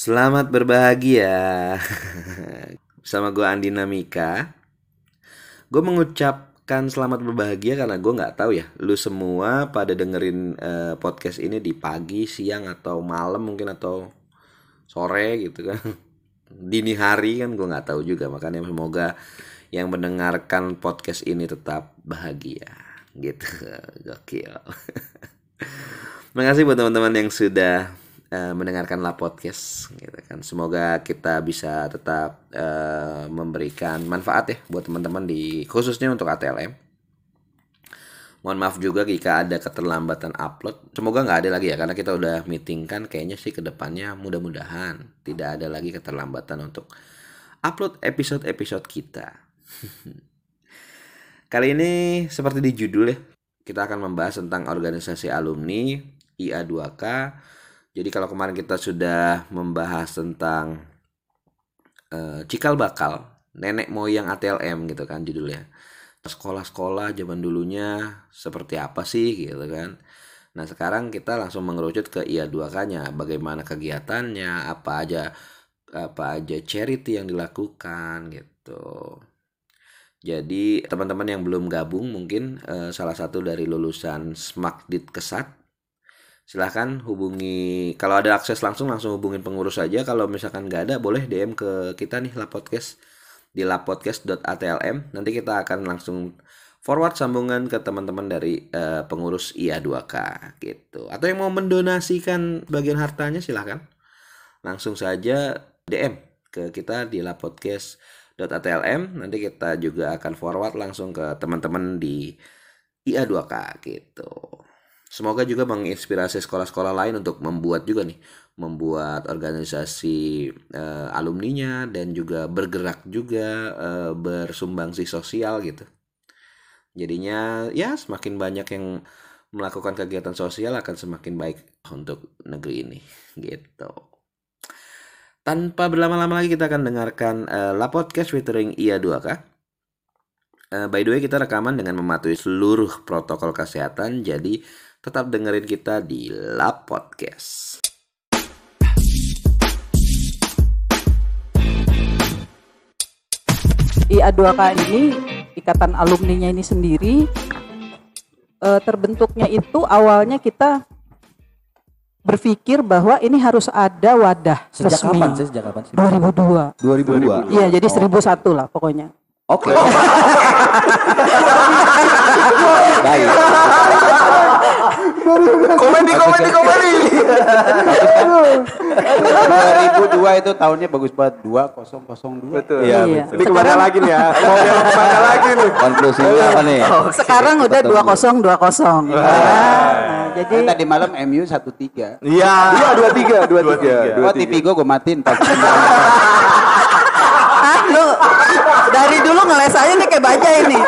Selamat berbahagia. Bersama gue Andina Mika. Gue mengucapkan selamat berbahagia karena gue gak tahu ya lu semua pada dengerin podcast ini di pagi, siang, atau malam mungkin, atau sore gitu kan. Dini hari kan gue gak tahu juga. Makanya semoga yang mendengarkan podcast ini tetap bahagia gitu. Gokil. Makasih buat teman-teman yang sudah mendengarkanlah podcast gitu kan. Semoga kita bisa tetap memberikan manfaat ya buat teman-teman khususnya untuk ATLM. Mohon maaf juga jika ada keterlambatan upload. Semoga nggak ada lagi ya, karena kita udah meeting kan, kayaknya sih kedepannya mudah-mudahan tidak ada lagi keterlambatan untuk upload episode-episode kita. Kali ini seperti di judul ya, kita akan membahas tentang organisasi alumni IA2K. Jadi kalau kemarin kita sudah membahas tentang cikal bakal nenek moyang ATLM gitu kan judulnya. Sekolah-sekolah zaman dulunya seperti apa sih gitu kan. Nah sekarang kita langsung mengerucut ke IA2K-nya. Bagaimana kegiatannya, apa aja charity yang dilakukan gitu. Jadi teman-teman yang belum gabung mungkin salah satu dari lulusan Smakdit Kesat, silahkan hubungi. Kalau ada akses langsung hubungin pengurus saja. Kalau misalkan nggak ada, boleh DM ke kita nih, Lab Podcast, di labpodcast.atlm. Nanti kita akan langsung forward sambungan ke teman-teman dari pengurus IA2K gitu. Atau yang mau mendonasikan bagian hartanya, silahkan langsung saja DM ke kita di labpodcast.atlm. Nanti kita juga akan forward langsung ke teman-teman di IA2K gitu. Semoga juga menginspirasi sekolah-sekolah lain untuk membuat organisasi alumninya, dan juga bergerak juga bersumbangsi sosial gitu. Jadinya ya semakin banyak yang melakukan kegiatan sosial akan semakin baik untuk negeri ini gitu. Tanpa berlama-lama lagi kita akan dengarkan La Podcast featuring IA2K. By the way, kita rekaman dengan mematuhi seluruh protokol kesehatan, jadi tetap dengerin kita di Lab Podcast. IA2K ini, ikatan alumninya ini sendiri, terbentuknya itu awalnya kita berpikir bahwa ini harus ada wadah Sejak resmi. Sejak kapan sih? 2002. Iya, jadi 1001 lah pokoknya. Oke. Baik. Komedi. 2002 itu tahunnya bagus banget, 2002. Betul. Iya. Ini kemana lagi nih ya? Mau kemana lagi nih? Konklusinya apa nih? Sekarang udah 2020. Nah, jadi Tadi malam MU 1-3. Iya, 23. Oh, TV gue matiin. lu dari dulu ngeles aja nih kayak baja ini.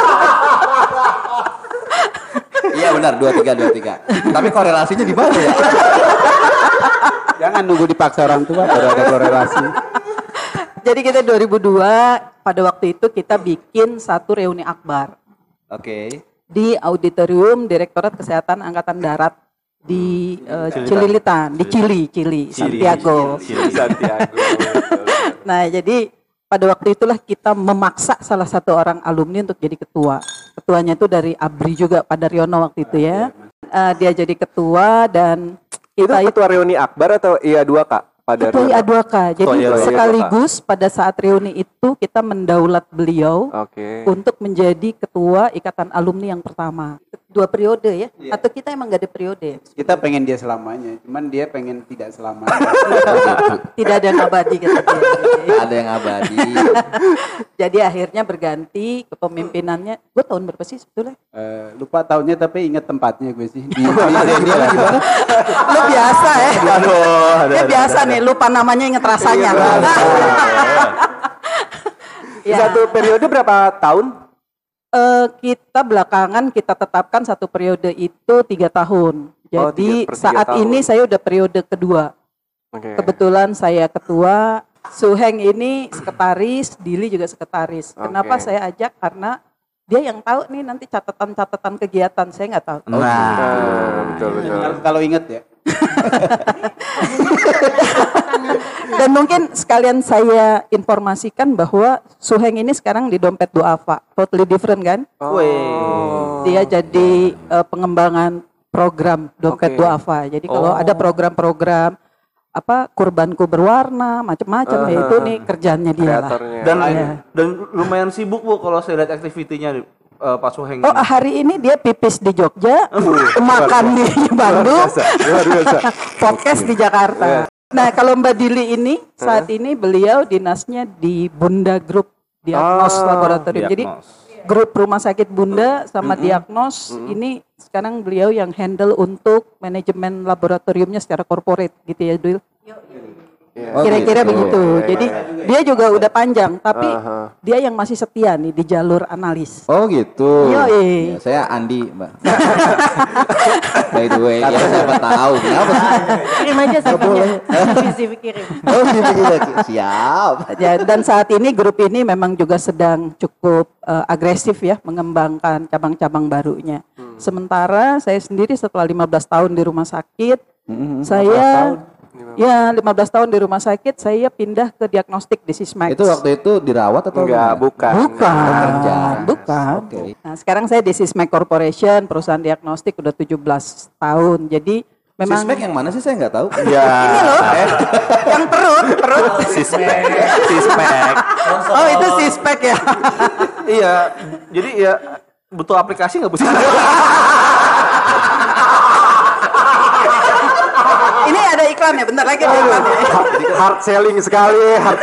Iya benar, 23. Tapi korelasinya di mana ya? Jangan nunggu dipaksa orang tua baru ada korelasi. Jadi kita 2002 pada waktu itu kita bikin satu reuni akbar Oke. di auditorium Direktorat Kesehatan Angkatan Darat di Cililitan, di Cili, Santiago. Santiago. Nah, jadi pada waktu itulah kita memaksa salah satu orang alumni untuk jadi ketua. Ketuanya itu dari ABRI juga, pada Riono waktu itu ya. Dia jadi ketua, dan Itu kita ketua reuni akbar atau IA2K? ketua IA2K. Jadi IA2K. sekaligus pada saat reuni itu kita mendaulat beliau Oke. untuk menjadi ketua ikatan alumni yang pertama. 2 periode ya? Iya. Atau kita emang gak ada periode? Kita pengen dia selamanya, cuman dia pengen tidak selamanya. Tidak ada yang abadi kata dia. Ada yang abadi. Jadi akhirnya berganti kepemimpinannya. Gue tahun berapa sih sebetulnya? Lupa tahunnya tapi ingat tempatnya gue sih. Di dia lagi mana? Lu biasa ya? Aduh, Dia biasa nih, lupa namanya inget rasanya. Ya. Satu periode berapa tahun? Kita belakangan kita tetapkan satu periode itu 3 tahun. Jadi 3 saat tahun. ini saya udah periode kedua. Oke. Kebetulan saya ketua, Suheng ini sekretaris, Dili juga sekretaris. Kenapa Oke. saya ajak? Karena dia yang tahu nih nanti catatan-catatan kegiatan, saya nggak tahu. Betul. Kalau inget ya. mungkin sekalian saya informasikan bahwa Suheng ini sekarang di Dompet Duafa, totally different kan? Dia jadi pengembangan program Dompet Duafa. Jadi kalau ada program-program kurbanku berwarna macam-macam ya itu nih kerjaannya dia lah. Dan lumayan sibuk Bu kalau saya lihat aktivitinya Pak Suheng. Oh, hari ini dia pipis di Jogja, makan di Bandung, podcast di Jakarta. Nah, kalau Mbak Dili ini saat ini beliau dinasnya di Bunda Group Diagnos Laboratorium. Jadi grup rumah sakit Bunda sama Diagnos ini sekarang beliau yang handle untuk manajemen laboratoriumnya secara corporate gitu ya, Dil. Kira-kira begitu. Jadi dia juga udah panjang, tapi dia yang masih setia nih di jalur analis. Oh gitu. Yoi. Ya, saya Andi, Mbak. By the way, ya siapa tahu kenapa sih? Kirim aja sampingnya. CV kirim. Oh, siap. Ya, dan saat ini grup ini memang juga sedang cukup agresif ya mengembangkan cabang-cabang barunya. Sementara saya sendiri setelah 15 tahun di rumah sakit, saya 15 tahun di rumah sakit, saya pindah ke diagnostik di Sismex. Itu waktu itu dirawat atau Enggak, bukan. Bukan. Oke. Nah, sekarang saya di Sismex Corporation, perusahaan diagnostik udah 17 tahun. Jadi memang Sismek yang mana sih saya nggak tahu. Ya. ini loh, yang perut. Sispek. Oh, itu Sismex ya. Iya. Jadi ya butuh aplikasi nggak Bu? Ini ada iklannya, bentar lagi ada iklannya. Hard selling sekali.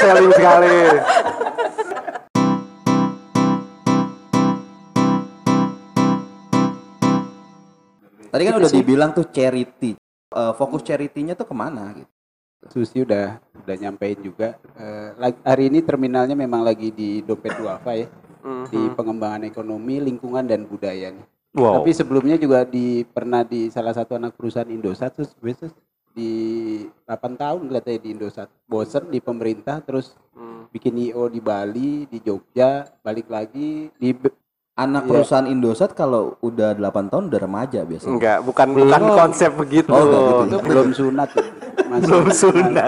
Tadi kan udah dibilang tuh charity. Fokus charity-nya tuh kemana gitu? Susi udah nyampein juga. Hari ini terminalnya memang lagi di Dompet Duafa ya, di pengembangan ekonomi, lingkungan dan budaya nih. Tapi sebelumnya juga pernah di salah satu anak perusahaan Indosat terus di 8 tahun katanya di Indosat. Bosen di pemerintah terus bikin IO di Bali, di Jogja, balik lagi di Anak perusahaan Indosat kalau udah 8 tahun udah remaja biasanya. Enggak, bukan konsep begitu. Oh, enggak gitu. itu belum sunat. Belum sunat.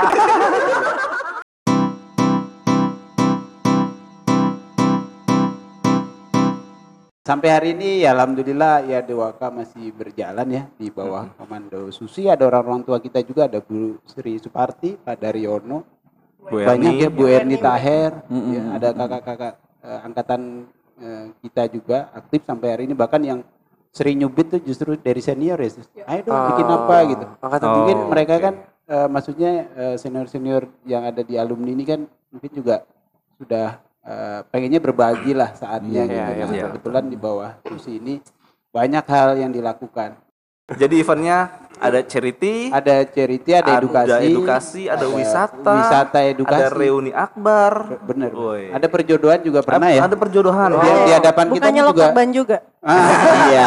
Sampai hari ini ya alhamdulillah ya Dewaka masih berjalan ya di bawah komando Susi. Ada orang tua kita juga, ada Bu Sri Suparti, Pak Daryono, banyak ya Bu Erni Taher, ya, ada kakak-kakak angkatan kita juga aktif sampai hari ini, bahkan yang sering nyubit tuh justru dari senior ya. Ayo dong bikin apa gitu. Mungkin mereka kan maksudnya senior-senior yang ada di alumni ini kan mungkin juga sudah pengennya berbagi lah saatnya gitu. Nah, kebetulan di bawah Susi ini banyak hal yang dilakukan. Jadi eventnya ada charity, ada edukasi, ada wisata, edukasi, ada reuni akbar. Bener. Woy. Ada perjodohan juga pernah ya. Ada perjodohan. Di hadapan kita Bukannya lo juga. korban juga. Iya.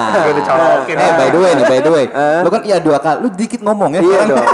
By the way. Lu kan iya 2 kali. Lu dikit ngomong ya. Iya dong.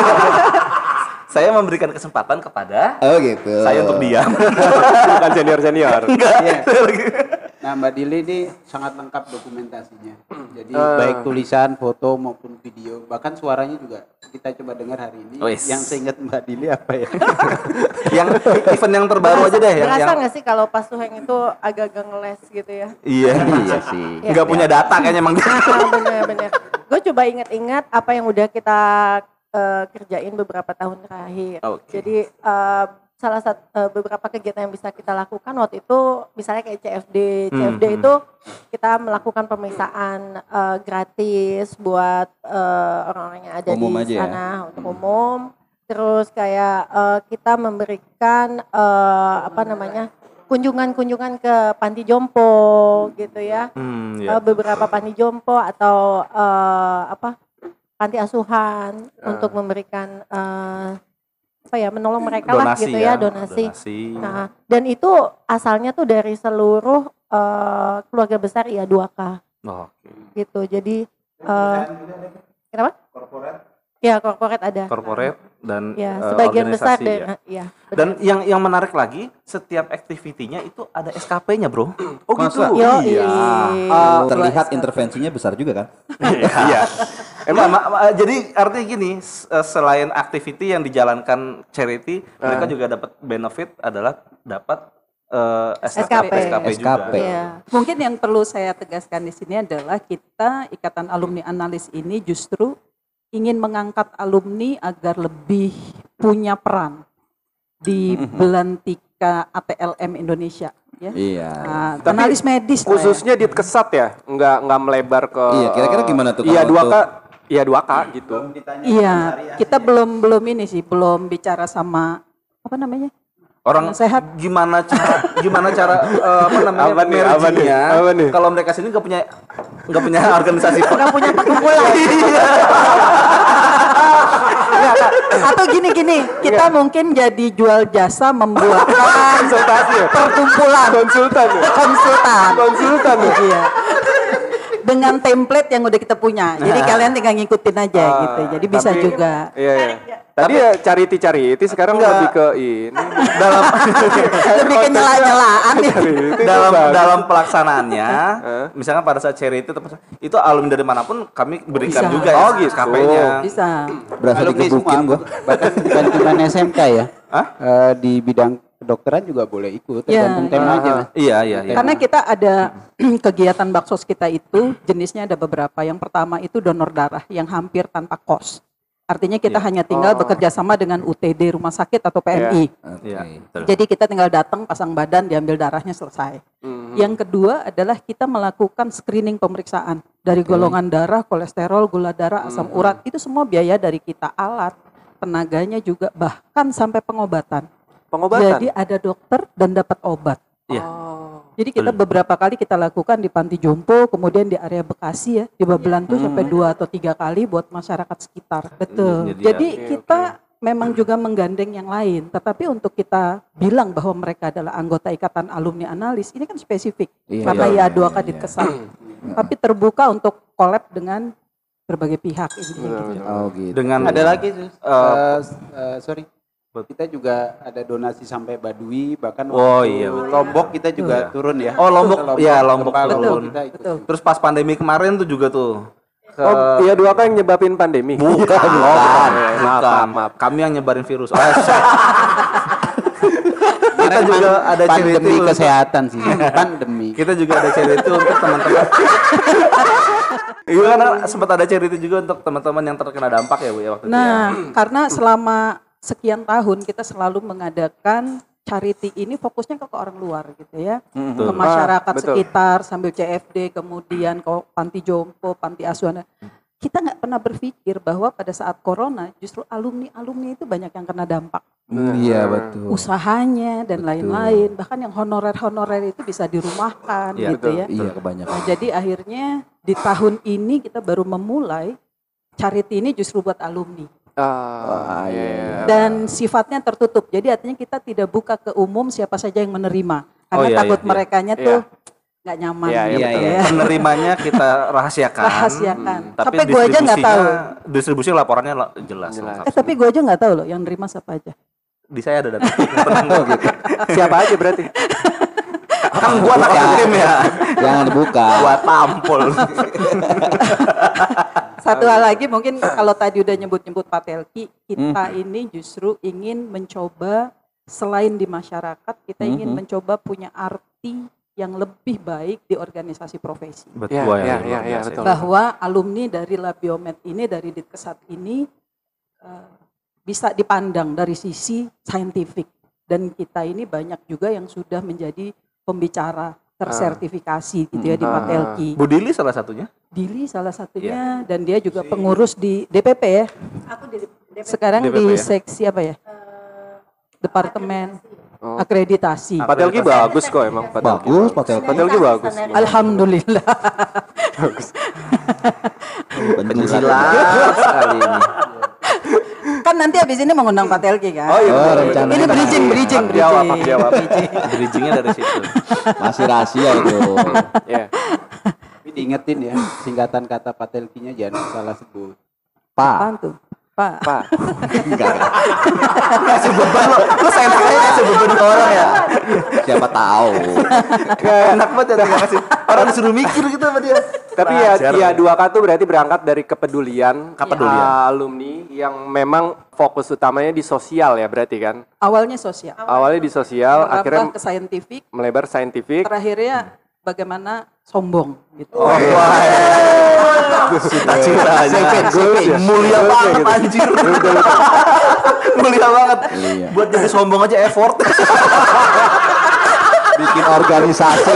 Saya memberikan kesempatan kepada Oh gitu. saya untuk diam. Bukan senior. Iya. Nah, Mbak Dili ini sangat lengkap dokumentasinya. Jadi baik tulisan, foto maupun video, bahkan suaranya juga kita coba dengar hari ini. Yang saya ingat Mbak Dili apa ya? Yang event yang terbaru aja deh. Berasa nggak sih kalau pas Suheng itu agak-agak ngeles gitu ya? Iya sih. Nggak punya data kayaknya emang. Bener-bener. Gue coba ingat-ingat apa yang udah kita kerjain beberapa tahun terakhir. Jadi salah satu beberapa kegiatan yang bisa kita lakukan waktu itu misalnya kayak CFD itu kita melakukan pemeriksaan gratis buat orang-orang yang ada umum di aja sana untuk umum. Terus kayak kita memberikan kunjungan-kunjungan ke panti jompo gitu ya. Beberapa panti jompo atau panti asuhan untuk memberikan menolong mereka donasi lah gitu ya, donasi. Nah, dan itu asalnya tuh dari seluruh keluarga besar IA2K. Gitu. Jadi kenapa? Corporate. Ya, corporate ada. Corporate. dan Ya, sebagian besar organisasi ya. ya. Dan yang menarik lagi, setiap aktivitinya itu ada SKP-nya, Bro. Oh gitu. Iya. Terlihat intervensinya besar juga kan? Iya. Jadi artinya gini, selain activity yang dijalankan charity, mereka juga dapat benefit adalah dapat SKP. SKP juga. Iya. Mungkin yang perlu saya tegaskan di sini adalah kita Ikatan Alumni Analis ini justru ingin mengangkat alumni agar lebih punya peran di Belantika ATLM Indonesia. Ya. Iya. Nah, Tapi analis medis lah ya. Khususnya di Kesat ya, nggak melebar ke. Iya, kira-kira gimana tuh Iya kalau 2K, iya 2K gitu. Iya, kita belum ini sih, belum bicara sama apa namanya? Orang Sehat. gimana cara apa namanya Apa nih, apa nih, merging-nya, apa nih? kalau mereka sini nggak punya organisasi Nggak punya perkumpulan. Atau gini, kita mungkin jadi jual jasa membuatkan perkumpulan Konsultan ya? konsultan. Iya. Dengan template yang udah kita punya. Jadi kalian tinggal ngikutin aja gitu. Jadi bisa juga. Iya. Tadi ya charity sekarang lebih ke ini. dalam Lebih ke nyela-nyelaan ya. dalam pelaksanaannya, misalkan pada saat charity itu alumni dari manapun kami berikan Bisa. juga Oh, ya gitu. SKP-nya. Bisa. Berasa digebukin gua. Bahkan bukan cuma SMK ya. Hah? Di bidang kedokteran juga boleh ikut, Ya, tergantung tema aja Mas. Iya. Karena kita ada kegiatan baksos kita itu jenisnya ada beberapa. Yang pertama itu donor darah yang hampir tanpa kos. Artinya kita hanya tinggal bekerja sama dengan UTD rumah sakit atau PMI. Iya. betul. Jadi kita tinggal datang, pasang badan, diambil darahnya, selesai. Yang kedua adalah kita melakukan screening pemeriksaan dari golongan darah, kolesterol, gula darah, asam urat. Itu semua biaya dari kita, alat, tenaganya juga, bahkan sampai pengobatan. Jadi ada dokter dan dapat obat. Iya. Jadi kita beberapa kali kita lakukan di Panti Jompo, kemudian di area Bekasi ya, di Babelan tuh sampai 2 atau 3 kali buat masyarakat sekitar. Betul. Jadi kita memang juga menggandeng yang lain, tetapi untuk kita bilang bahwa mereka adalah anggota Ikatan Alumni Analis, ini kan spesifik. Karena ya 2K Ditkesan. Tapi terbuka untuk collab dengan berbagai pihak gitu. Oh gitu. Dengan Ada lagi sorry. Kita juga ada donasi sampai Baduy, bahkan waktu iya, betul. Lombok kita juga turun ya. Oh, Lombok. Iya, Lombok Kepala turun. kita ikut. Betul. Terus pas pandemi kemarin tuh juga tuh. Oh, iya 2K yang nyebabin pandemi. Bukan. Maaf. Kami yang nyebarin virus. Kita juga ada pandemi charity untuk- kesehatan sih, pandemi. Kita juga ada charity untuk teman-teman. Iya kan sempat ada charity juga untuk teman-teman yang terkena dampak ya Bu ya waktu itu. Nah, karena selama sekian tahun kita selalu mengadakan charity ini fokusnya ke orang luar gitu ya. Ke masyarakat betul. sekitar sambil CFD, kemudian ke Panti Jompo, Panti Asuhan. Kita nggak pernah berpikir bahwa pada saat corona justru alumni-alumni itu banyak yang kena dampak. Iya betul. Usahanya dan lain-lain. Bahkan yang honorer-honorer itu bisa dirumahkan Iya, gitu ya. Iya kebanyakan. Nah, jadi akhirnya di tahun ini kita baru memulai charity ini justru buat alumni. Iya. Dan sifatnya tertutup. Jadi artinya kita tidak buka ke umum siapa saja yang menerima. Karena iya, takut iya. merekanya tuh nggak nyaman gitu ya. Penerimanya kita rahasiakan. Rahasiakan. Tapi Sampai gua aja nggak tahu. Distribusi laporannya jelas. lengkap. Tapi gue aja nggak tahu loh yang nerima siapa aja. Di saya ada data. Siapa aja berarti? Kan gua anak tim ya. Jangan dibuka. Gua tampol. Satu hal lagi mungkin kalau tadi udah nyebut-nyebut Pak Telki, kita ini justru ingin mencoba selain di masyarakat, kita ingin mencoba punya arti yang lebih baik di organisasi profesi. Betul Iya, betul. Bahwa alumni dari Labiomed ini, dari Ditkesat ini bisa dipandang dari sisi saintifik. Dan kita ini banyak juga yang sudah menjadi pembicara tersertifikasi gitu ya di Pak Telki. Bu Dili salah satunya. Dili salah satunya dan dia juga pengurus di DPP ya. Aku di DPP. Sekarang DPP di ya? seksi apa ya? Departemen akreditasi. Pak Telki bagus kok emang. Pak Telki. Bagus, Pak Telki. Pak Telki bagus. Alhamdulillah. Jelas sekali ini. Kan nanti habis ini mengundang Pak Telki kan. Oh iya. Oh, rencana. Ini bridging. Pak jawab. Bridgingnya dari situ. Masih rahasia itu. Iya. Tapi diingetin ya, singkatan kata Pak Telkinya jangan salah sebut. Pak. Apaan tuh? Pak. Enggak. Kasih beban lo seenak aja kasih beban ke orang ya. Siapa tahu. Enak banget ya kasih. Orang disuruh mikir gitu sama dia. Tapi ya 2K tuh berarti berangkat dari kepedulian alumni yang memang fokus utamanya di sosial ya berarti kan. Awalnya sosial. Awalnya di sosial, Merambah akhirnya ke scientific, melebar saintifik. terakhirnya bagaimana sombong gitu. Cita-cita aja. Mulia banget anjir. Mulia banget. Buat jadi sombong aja effort. Bikin organisasi.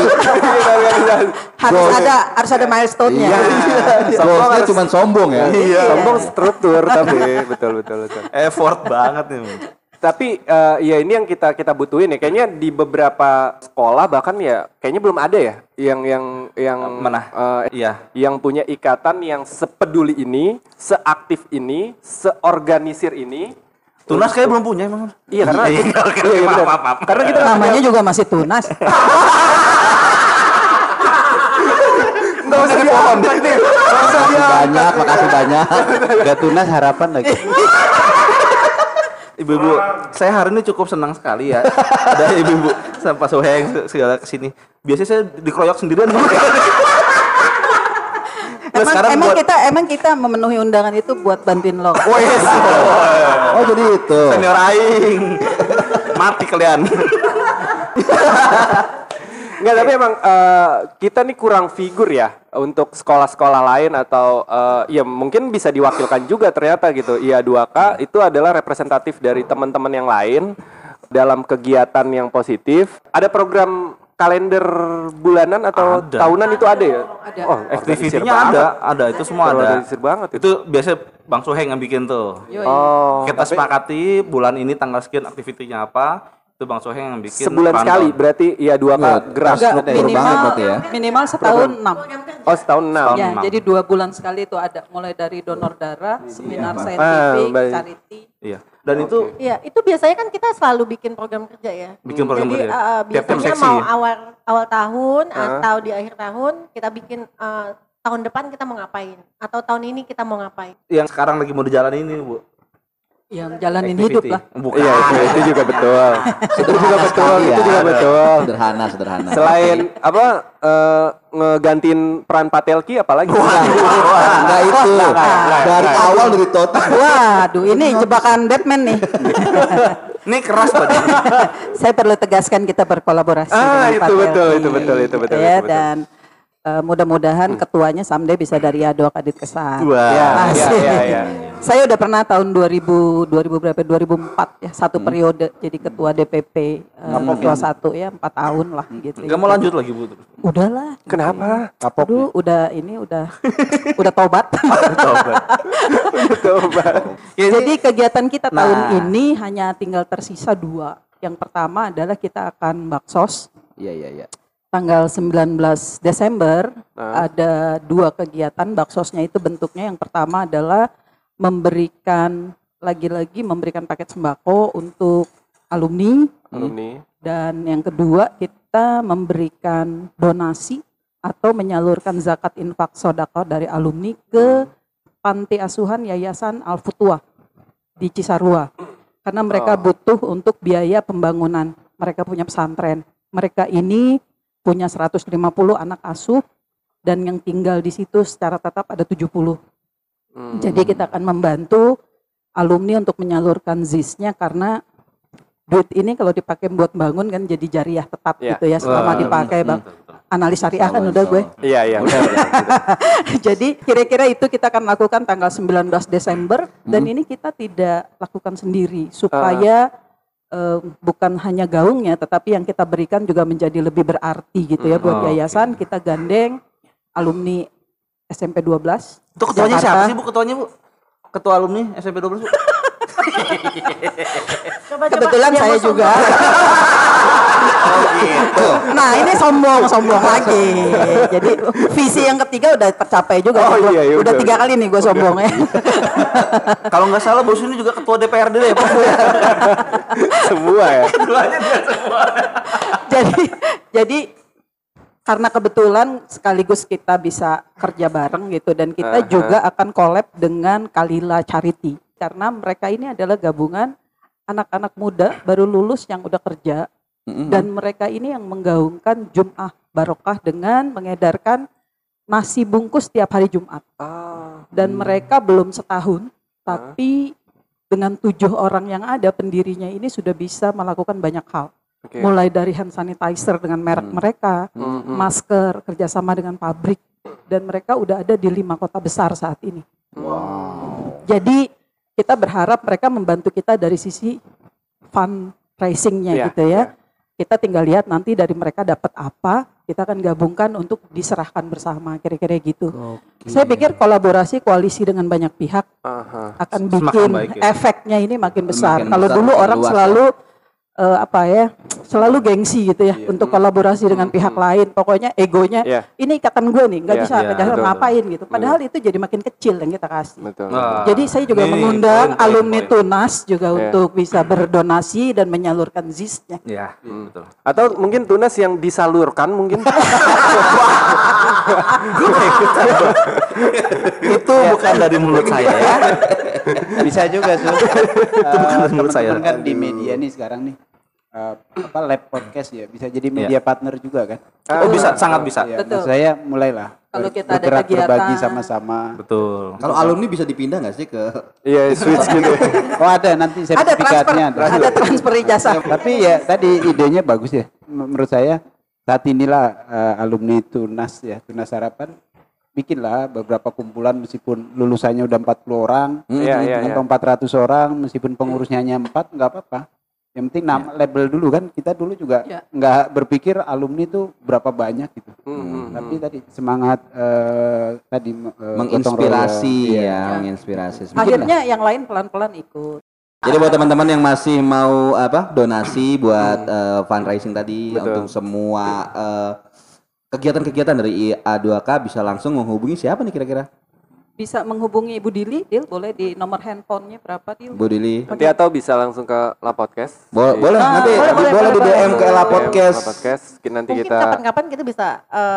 Harus ada milestone-nya. Goalsnya cuma sombong ya. Sombong struktur tapi betul. Effort banget nih. Tapi ya ini yang kita butuhin ya. Kayaknya di beberapa sekolah bahkan ya kayaknya belum ada ya yang Mana? Iya. yang punya ikatan yang sepeduli ini, seaktif ini, seorganisir ini. Tunas kayak belum punya emang. Iya karena Maaf. karena kita Namanya juga masih tunas. nggak usah diangkat nih. Makasih banyak. Gak tunas harapan lagi. Ibu-ibu, saya hari ini cukup senang sekali ya. Ada ibu-ibu sampai Soheng segala kesini. Biasanya saya dikeroyok sendirian. Emang kita memenuhi undangan itu buat bantuin lo. Oh jadi itu. Senior aing. Mati kalian. Enggak, tapi emang kita nih kurang figur ya untuk sekolah-sekolah lain atau ya mungkin bisa diwakilkan juga ternyata gitu. Iya 2K itu adalah representatif dari teman-teman yang lain dalam kegiatan yang positif. Ada program kalender bulanan atau tahunan itu ada ya? Ada. Oh, Activity-nya ada, itu semua ada. Organisir banget Itu biasa Bang Soheng yang bikin tuh. Oh, Kita sepakati bulan ini tanggal sekian aktivitinya apa. Itu Bang Soheng yang bikin. sebulan rundown. sekali berarti ya 2K gerak. Minimal setahun 6. Oh, setahun 6. Ya, jadi 2 bulan sekali itu ada. Mulai dari donor darah, seminar saintifik, baik. charity. Iya. Dan itu Iya, itu biasanya kan kita selalu bikin program kerja ya. bikin program Jadi kerja. Tiap-tiap biasanya seksi. mau awal tahun atau di akhir tahun kita bikin tahun depan kita mau ngapain atau tahun ini kita mau ngapain. Yang sekarang lagi mau dijalanin ini, Bu. Yang jalanin hidup lah. Bukan. Iya, itu juga betul. Itu juga betul, itu juga betul. Sederhana. Selain apa ngegantiin peran Patelki apalagi? Enggak itu. Dari awal dari total. Waduh, ini jebakan Batman nih. Ini keras tadi. Saya perlu tegaskan kita berkolaborasi. dengan itu Pak betul, Telki, itu betul. ya, dan mudah-mudahan ketuanya someday bisa dari Ado Kadit Kesan. Wah. Iya. Saya udah pernah tahun 2000 berapa? 2004 ya, satu periode jadi ketua DPP ketua 1 ya, 4 tahun lah gitu. Enggak mau lanjut lagi, Bu. Udahlah. Kenapa? Aduh, udah tobat. Jadi kegiatan kita tahun ini hanya tinggal tersisa 2. Yang pertama adalah kita akan baksos. Iya. Tanggal 19 Desember ada 2 kegiatan. Baksosnya itu bentuknya yang pertama adalah memberikan paket sembako untuk alumni. Dan yang kedua kita memberikan donasi atau menyalurkan zakat infak sodako dari alumni ke panti asuhan Yayasan Al-Futuah di Cisarua. Karena mereka butuh untuk biaya pembangunan. Mereka punya pesantren. Mereka ini punya 150 anak asuh dan yang tinggal di situ secara tetap ada 70. Jadi kita akan membantu alumni untuk menyalurkan ZIS-nya karena duit ini kalau dipakai buat bangun kan jadi jariah tetap gitu ya selama dipakai Bang. Analis syariah kan udah gue. Iya. Jadi kira-kira itu kita akan lakukan tanggal 19 Desember dan ini kita tidak lakukan sendiri supaya bukan hanya gaungnya tetapi yang kita berikan juga menjadi lebih berarti gitu ya buat yayasan. Kita gandeng alumni SMP 12. Itu ketuanya Jakarta. siapa sih, Bu? Ketuanya, Bu? Ketua alumni SMP 12, Bu? Kebetulan saya juga. Gitu. Nah ini sombong lagi. Jadi visi yang ketiga udah tercapai juga. Udah 3 kali nih gue sombong ya. Kalau nggak salah bos ini juga ketua DPRD ya, Pak. Semua ya. Keduanya dia semua. Jadi karena kebetulan sekaligus kita bisa kerja bareng gitu dan kita juga akan collab dengan Kalila Charity. karena mereka ini adalah gabungan anak-anak muda baru lulus yang udah kerja dan mereka ini yang menggaungkan Jum'ah Barokah dengan mengedarkan nasi bungkus tiap hari Jumat. Dan mereka belum setahun, tapi dengan 7 orang yang ada pendirinya ini sudah bisa melakukan banyak hal. Mulai dari hand sanitizer dengan merek mereka, masker, kerjasama dengan pabrik, dan mereka udah ada di 5 kota besar saat ini. Jadi kita berharap mereka membantu kita dari sisi fundraising-nya gitu ya. Kita tinggal lihat nanti dari mereka dapat apa, kita akan gabungkan untuk diserahkan bersama, kira-kira gitu. Saya pikir kolaborasi koalisi dengan banyak pihak akan bikin efeknya ini makin besar. Kalau dulu orang selalu selalu gengsi gitu ya untuk kolaborasi dengan pihak lain. Pokoknya egonya ini ikatan gue nih, nggak bisa ngapain gitu. Padahal itu jadi makin kecil yang kita kasih. Jadi saya juga mengundang alumni Tunas juga untuk bisa berdonasi dan menyalurkan ZIS-nya. Betul. Atau mungkin Tunas yang disalurkan mungkin. Itu bukan dari mulut saya ya. Bisa juga tuh. Itu bukan dari mulut saya. Kan di media nih sekarang nih. Lab podcast ya bisa jadi media partner juga kan? Bisa, sangat bisa. Ya, saya mulailah kalau kita ada bergerak kegiatan berbagi sama-sama. Betul. Kalau alumni bisa dipindah nggak sih ke? Iya, switch gitu. Oh ada nanti sertifikatnya ada transfer ijazah. Tapi ya tadi idenya bagus ya. Menurut saya saat inilah alumni Tunas ya, Tunas Harapan bikinlah beberapa kumpulan meskipun lulusannya udah 40 orang, atau 400 orang, meskipun pengurusnya hanya 4 nggak apa-apa. Yang penting nama label dulu kan, kita dulu juga nggak berpikir alumni itu berapa banyak gitu. Tapi tadi semangat tadi Menginspirasi menginspirasi. Akhirnya yang lain pelan-pelan ikut. Jadi buat teman-teman yang masih mau donasi buat fundraising tadi untuk semua kegiatan-kegiatan dari IA2K bisa langsung menghubungi siapa nih kira-kira? Bisa menghubungi Ibu Dili, Dil, boleh di nomor handphonenya berapa, Dil? Bu Dili. Nanti atau bisa langsung ke La Podcast. Boleh nanti boleh di DM ke La Podcast. Nanti Mungkin kita kapan-kapan kita bisa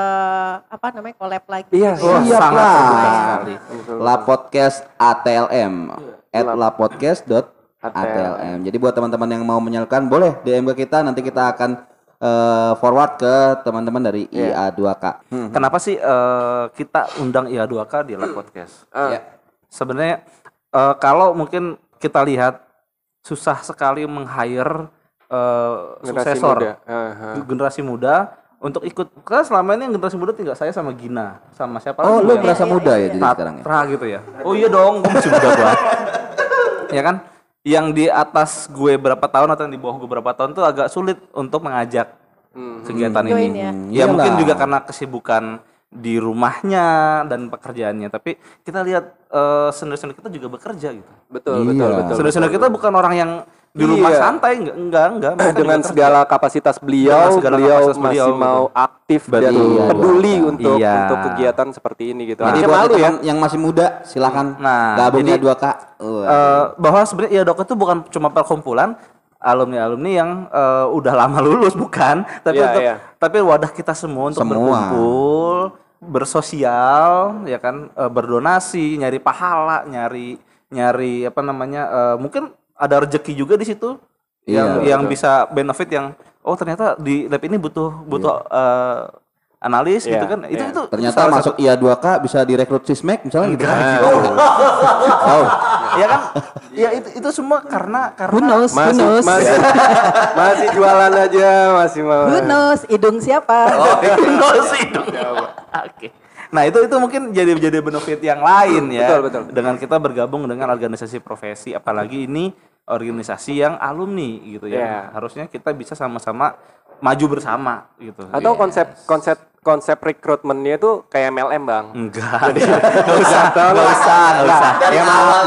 collab lagi. Iya, Siap lah. sekali. La Podcast ATLM @lapodcast.atlm. Jadi buat teman-teman yang mau menyalurkan boleh DM ke kita, nanti kita akan forward ke teman-teman dari IA2K. Kenapa sih kita undang IA2K di La Podcast? Sebenarnya kalau mungkin kita lihat susah sekali meng-hire suksesor generasi muda untuk ikut. Karena selama ini yang generasi muda tinggal saya sama Gina, sama siapa lagi? Oh, lu berasa muda ya jadi sekarang ya? Tatra gitu ya. Oh iya dong, gue masih muda banget. Ya kan? Yang di atas gue berapa tahun atau yang di bawah gue berapa tahun tuh agak sulit untuk mengajak kegiatan Join ini. Ya mungkin juga karena kesibukan di rumahnya dan pekerjaannya. Tapi kita lihat senior-senior kita juga bekerja gitu. Betul. Senior-senior kita bukan orang yang di rumah santai, enggak. Dengan segala kapasitas beliau masih mau aktif dan peduli untuk kegiatan seperti ini gitu. Jadi buat yang masih muda silakan gabung di 2K. Bahwa sebenarnya IA2K itu bukan cuma perkumpulan alumni-alumni yang udah lama lulus, bukan, tapi wadah kita semua untuk berkumpul, bersosial, ya kan, berdonasi, nyari pahala, nyari mungkin ada rezeki juga di situ yang bisa benefit yang ternyata di lab ini butuh analis gitu kan. Itu ternyata masuk IA2K bisa direkrut Sismek misalnya gitu kan. Ya kan? Ya itu semua karena masih jualan aja, masih mau. Bonus, hidung siapa? Hidung. Oke. Nah itu mungkin jadi benefit yang lain ya. Betul. Dengan kita bergabung dengan organisasi profesi, apalagi ini organisasi yang alumni gitu ya. Harusnya kita bisa sama-sama maju bersama gitu. Atau konsep rekrutmennya itu kayak MLM, Bang. Enggak. Enggak usah. Ya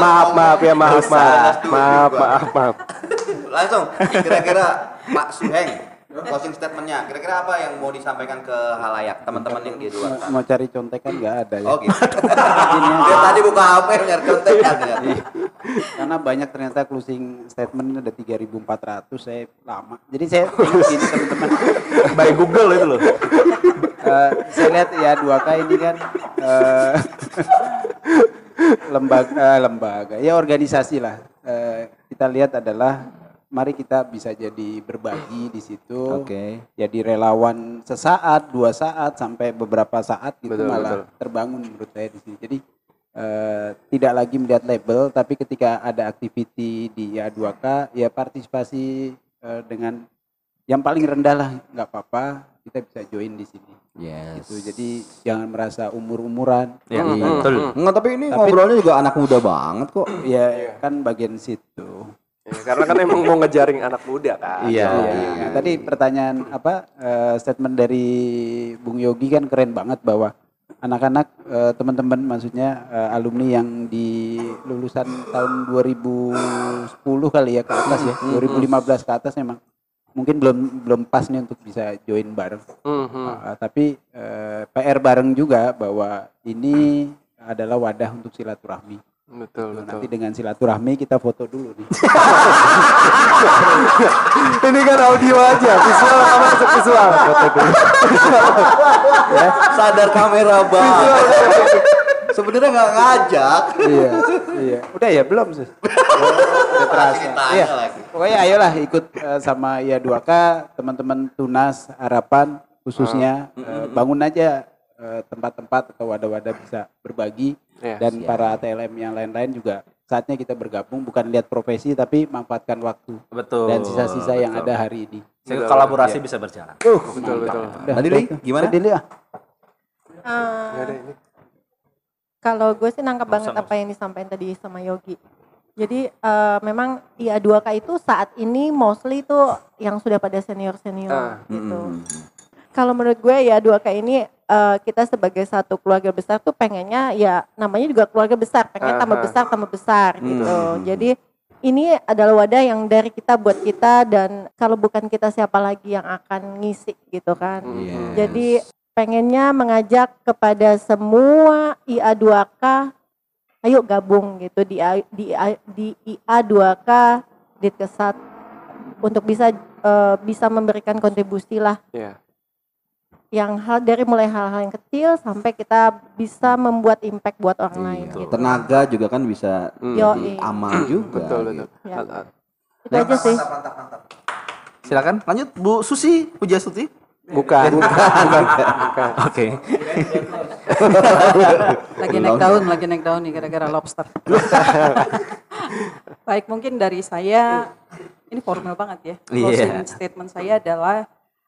maaf. Langsung kira-kira Pak Suheng closing statementnya kira-kira apa yang mau disampaikan ke halayak teman-teman yang di luar sana? Mau cari contekan nggak ada ya? Oh gitu. Dia tadi buka HP nyari contekan ternyata. Karena banyak ternyata closing statement ada 3.400, saya lama. Jadi saya bikin teman-teman by Google itu loh. Saya lihat ya 2K ini kan lembaga ya organisasi lah. Kita lihat adalah mari kita bisa jadi berbagi di situ. Jadi relawan sesaat, 2 saat sampai beberapa saat gitu, malah terbangun menurut saya di sini. Jadi tidak lagi melihat label, tapi ketika ada activity di IA2K ya partisipasi dengan yang paling rendah lah, nggak apa-apa, kita bisa join di sini. Gitu. Jadi jangan merasa umur-umuran. Betul. Enggak, tapi ini ngobrolnya juga anak muda banget kok. Ya kan bagian situ. Ya, karena kan emang mau ngejaring anak muda kan. Nah, tadi pertanyaan statement dari Bung Yogi kan keren banget bahwa anak-anak teman-teman maksudnya alumni yang di lulusan tahun 2010 kali ya ke atas ya, 2015 ke atas memang mungkin belum pas nih untuk bisa join bareng. Tapi PR bareng juga bahwa ini adalah wadah untuk silaturahmi. Betul. Nanti dengan silaturahmi kita foto dulu nih. Ini kan audio aja, visual sama masuk visual. Foto dulu. Ya, sadar kamera banget. Sebenarnya nggak ngajak. Iya. Udah ya belum sih. Udah terasa. Iya. Pokoknya ayolah ikut sama IA2K, teman-teman Tunas Harapan khususnya bangun aja tempat-tempat atau wadah-wadah bisa berbagi. Dan para TLM yang lain-lain juga saatnya kita bergabung, bukan lihat profesi tapi manfaatkan waktu. Betul. Dan sisa-sisa yang ada hari ini. Sehingga kolaborasi bisa berjalan. Betul. Adili, gimana? Adili ya? Kalau gue sih nangkap banget apa yang disampaikan tadi sama Yogi. Jadi memang IA2K itu saat ini mostly tuh yang sudah pada senior-senior gitu. Kalau menurut gue IA2K ini kita sebagai satu keluarga besar tuh pengennya ya namanya juga keluarga besar, pengen tambah besar gitu. Jadi ini adalah wadah yang dari kita buat kita, dan kalau bukan kita siapa lagi yang akan ngisi gitu kan. Jadi pengennya mengajak kepada semua IA2K, ayo gabung gitu di IA2K Ditkesat untuk bisa memberikan kontribusi lah. Yang dari mulai hal-hal yang kecil sampai kita bisa membuat impact buat orang lain. Gitu. Tenaga juga kan bisa amal juga. Betul. Ya. Itu aja sih. Mantap. Silakan lanjut Bu Susi Pujastuti. Bukan. Oke. Lagi naik daun nih gara-gara lobster. Baik, mungkin dari saya ini formal banget ya. Closing statement saya adalah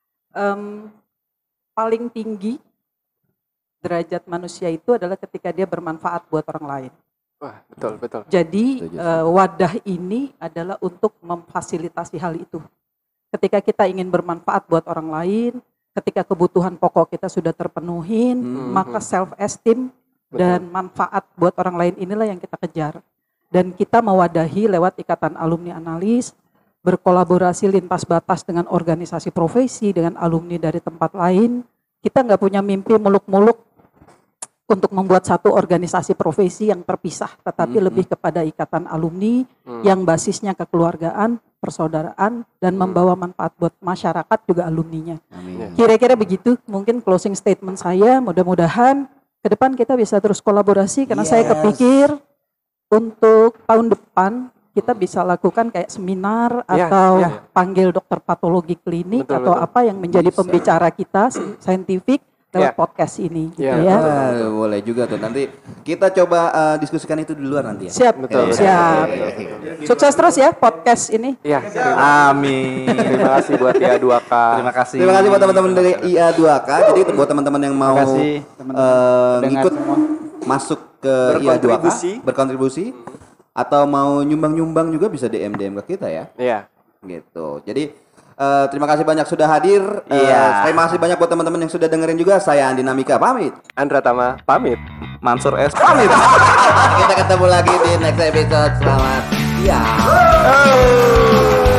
paling tinggi derajat manusia itu adalah ketika dia bermanfaat buat orang lain. Wah, betul. Jadi wadah ini adalah untuk memfasilitasi hal itu. Ketika kita ingin bermanfaat buat orang lain, ketika kebutuhan pokok kita sudah terpenuhin, maka self esteem dan manfaat buat orang lain inilah yang kita kejar. Dan kita mewadahi lewat Ikatan Alumni Analis, berkolaborasi lintas batas dengan organisasi profesi, dengan alumni dari tempat lain. Kita nggak punya mimpi muluk-muluk untuk membuat satu organisasi profesi yang terpisah, tetapi lebih kepada ikatan alumni yang basisnya kekeluargaan, persaudaraan, dan membawa manfaat buat masyarakat juga alumninya. Kira-kira begitu mungkin closing statement saya. Mudah-mudahan ke depan kita bisa terus kolaborasi, karena saya kepikir untuk tahun depan kita bisa lakukan kayak seminar atau panggil dokter patologi klinik atau apa yang menjadi pembicara kita saintifik lewat podcast ini gitu ya. Boleh juga tuh, nanti kita coba diskusikan itu di luar nanti ya. Siap. Sukses terus ya podcast ini. Amin. Terima kasih buat IA2K. Terima kasih buat teman-teman dari IA2K. Jadi buat teman-teman yang mau ngikut masuk ke IA2K, berkontribusi atau mau nyumbang juga bisa DM ke kita ya. Gitu. Jadi terima kasih banyak sudah hadir. Terima kasih banyak buat teman-teman yang sudah dengerin juga. Saya Andi Namika pamit. Andra Tama pamit. Mansur S pamit. Kita ketemu lagi di next episode. Selamat siang.